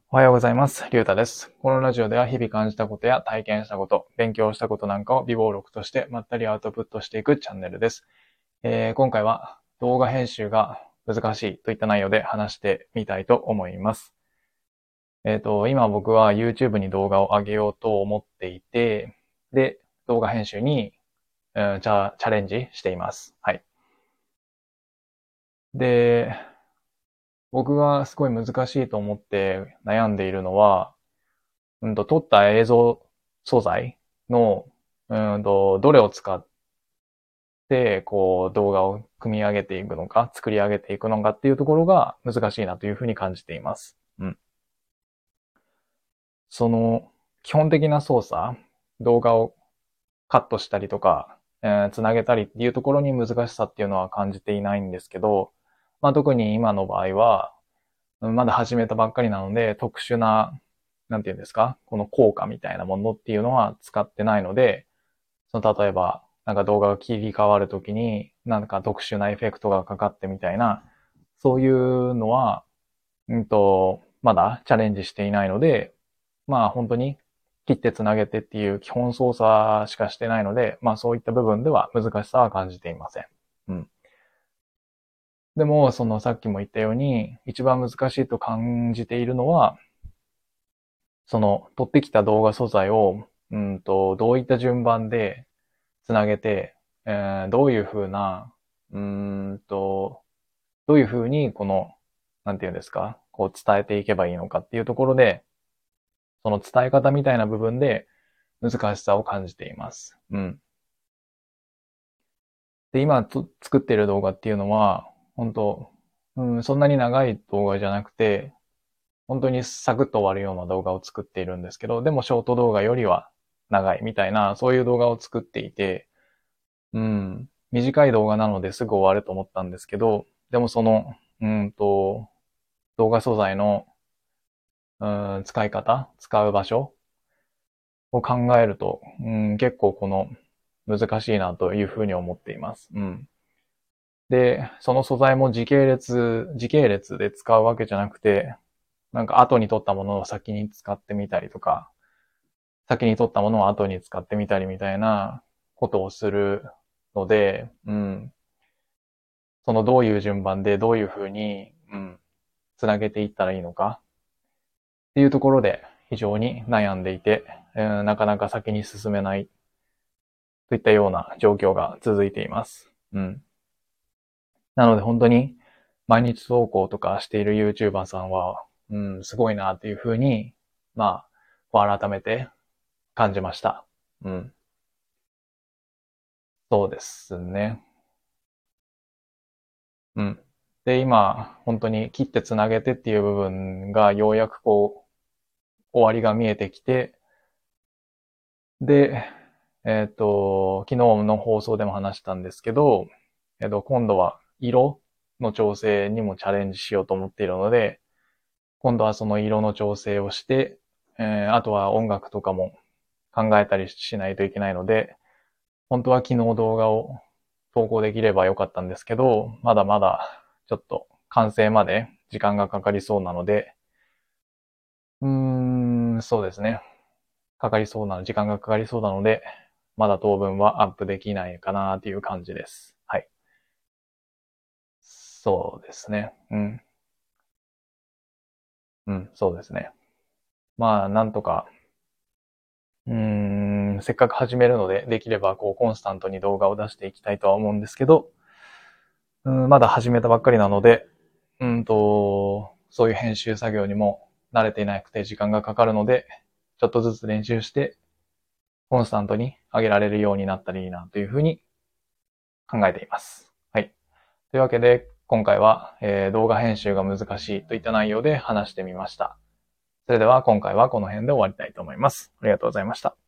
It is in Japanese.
おはようございます。りゅうたです。このラジオでは日々感じたことや体験したこと、勉強したことなんかを微暴録としてまったりアウトプットしていくチャンネルです。今回は動画編集が難しいといった内容で話してみたいと思います。今僕は YouTube に動画を上げようと思っていて、で、動画編集に、チャレンジしています。はい。で、僕がすごい難しいと思って悩んでいるのは、撮った映像素材の、どれを使って、動画を組み上げていくのか、作り上げていくのかっていうところが難しいなというふうに感じています。うん。その、基本的な操作、動画をカットしたりとか、つなげたりっていうところに難しさっていうのは感じていないんですけど、まあ特に今の場合は、まだ始めたばっかりなので、特殊な、なんていうんですか、この効果みたいなものっていうのは使ってないので、例えば、なんか動画が切り替わるときに、なんか特殊なエフェクトがかかってみたいな、そういうのは、まだチャレンジしていないので、まあ本当に切ってつなげてっていう基本操作しかしてないので、まあそういった部分では難しさは感じていません。うん。でも、さっきも言ったように、一番難しいと感じているのは、撮ってきた動画素材を、どういった順番でつなげて、どういうふうな、うーんと、どういうふうに、なんていうんですか、伝えていけばいいのかっていうところで、その伝え方みたいな部分で難しさを感じています。うん。で、今作っている動画っていうのは、本当そんなに長い動画じゃなくて、本当にサクッと終わるような動画を作っているんですけど、でもショート動画よりは長いみたいな、そういう動画を作っていて、短い動画なのですぐ終わると思ったんですけど、でも動画素材の、使い方、使う場所を考えると、結構難しいなというふうに思っています。うん。で、その素材も時系列で使うわけじゃなくて、なんか後に撮ったものを先に使ってみたりとか、先に撮ったものを後に使ってみたりみたいなことをするので、どういう順番でどういうふうに、つなげていったらいいのかっていうところで非常に悩んでいて、なかなか先に進めないといったような状況が続いています。うん。なので本当に毎日投稿とかしている YouTuber さんは、すごいなっていうふうに、まあ、改めて感じました。うん。そうですね。うん。で、今、本当に切ってつなげてっていう部分がようやく終わりが見えてきて、で、昨日の放送でも話したんですけど、今度は色の調整にもチャレンジしようと思っているので、今度はその色の調整をして、あとは音楽とかも考えたりしないといけないので、本当は昨日動画を投稿できればよかったんですけど、まだまだちょっと完成まで時間がかかりそうなので、そうですね。時間がかかりそうなので、まだ当分はアップできないかなっていう感じです。はい。そうですね。そうですね。まあ、なんとか、せっかく始めるので、できればコンスタントに動画を出していきたいとは思うんですけど、まだ始めたばっかりなので、そういう編集作業にも慣れていなくて時間がかかるので、ちょっとずつ練習して、コンスタントに上げられるようになったらいいなというふうに考えています。はい。というわけで、今回は、動画編集が難しいといった内容で話してみました。それでは今回はこの辺で終わりたいと思います。ありがとうございました。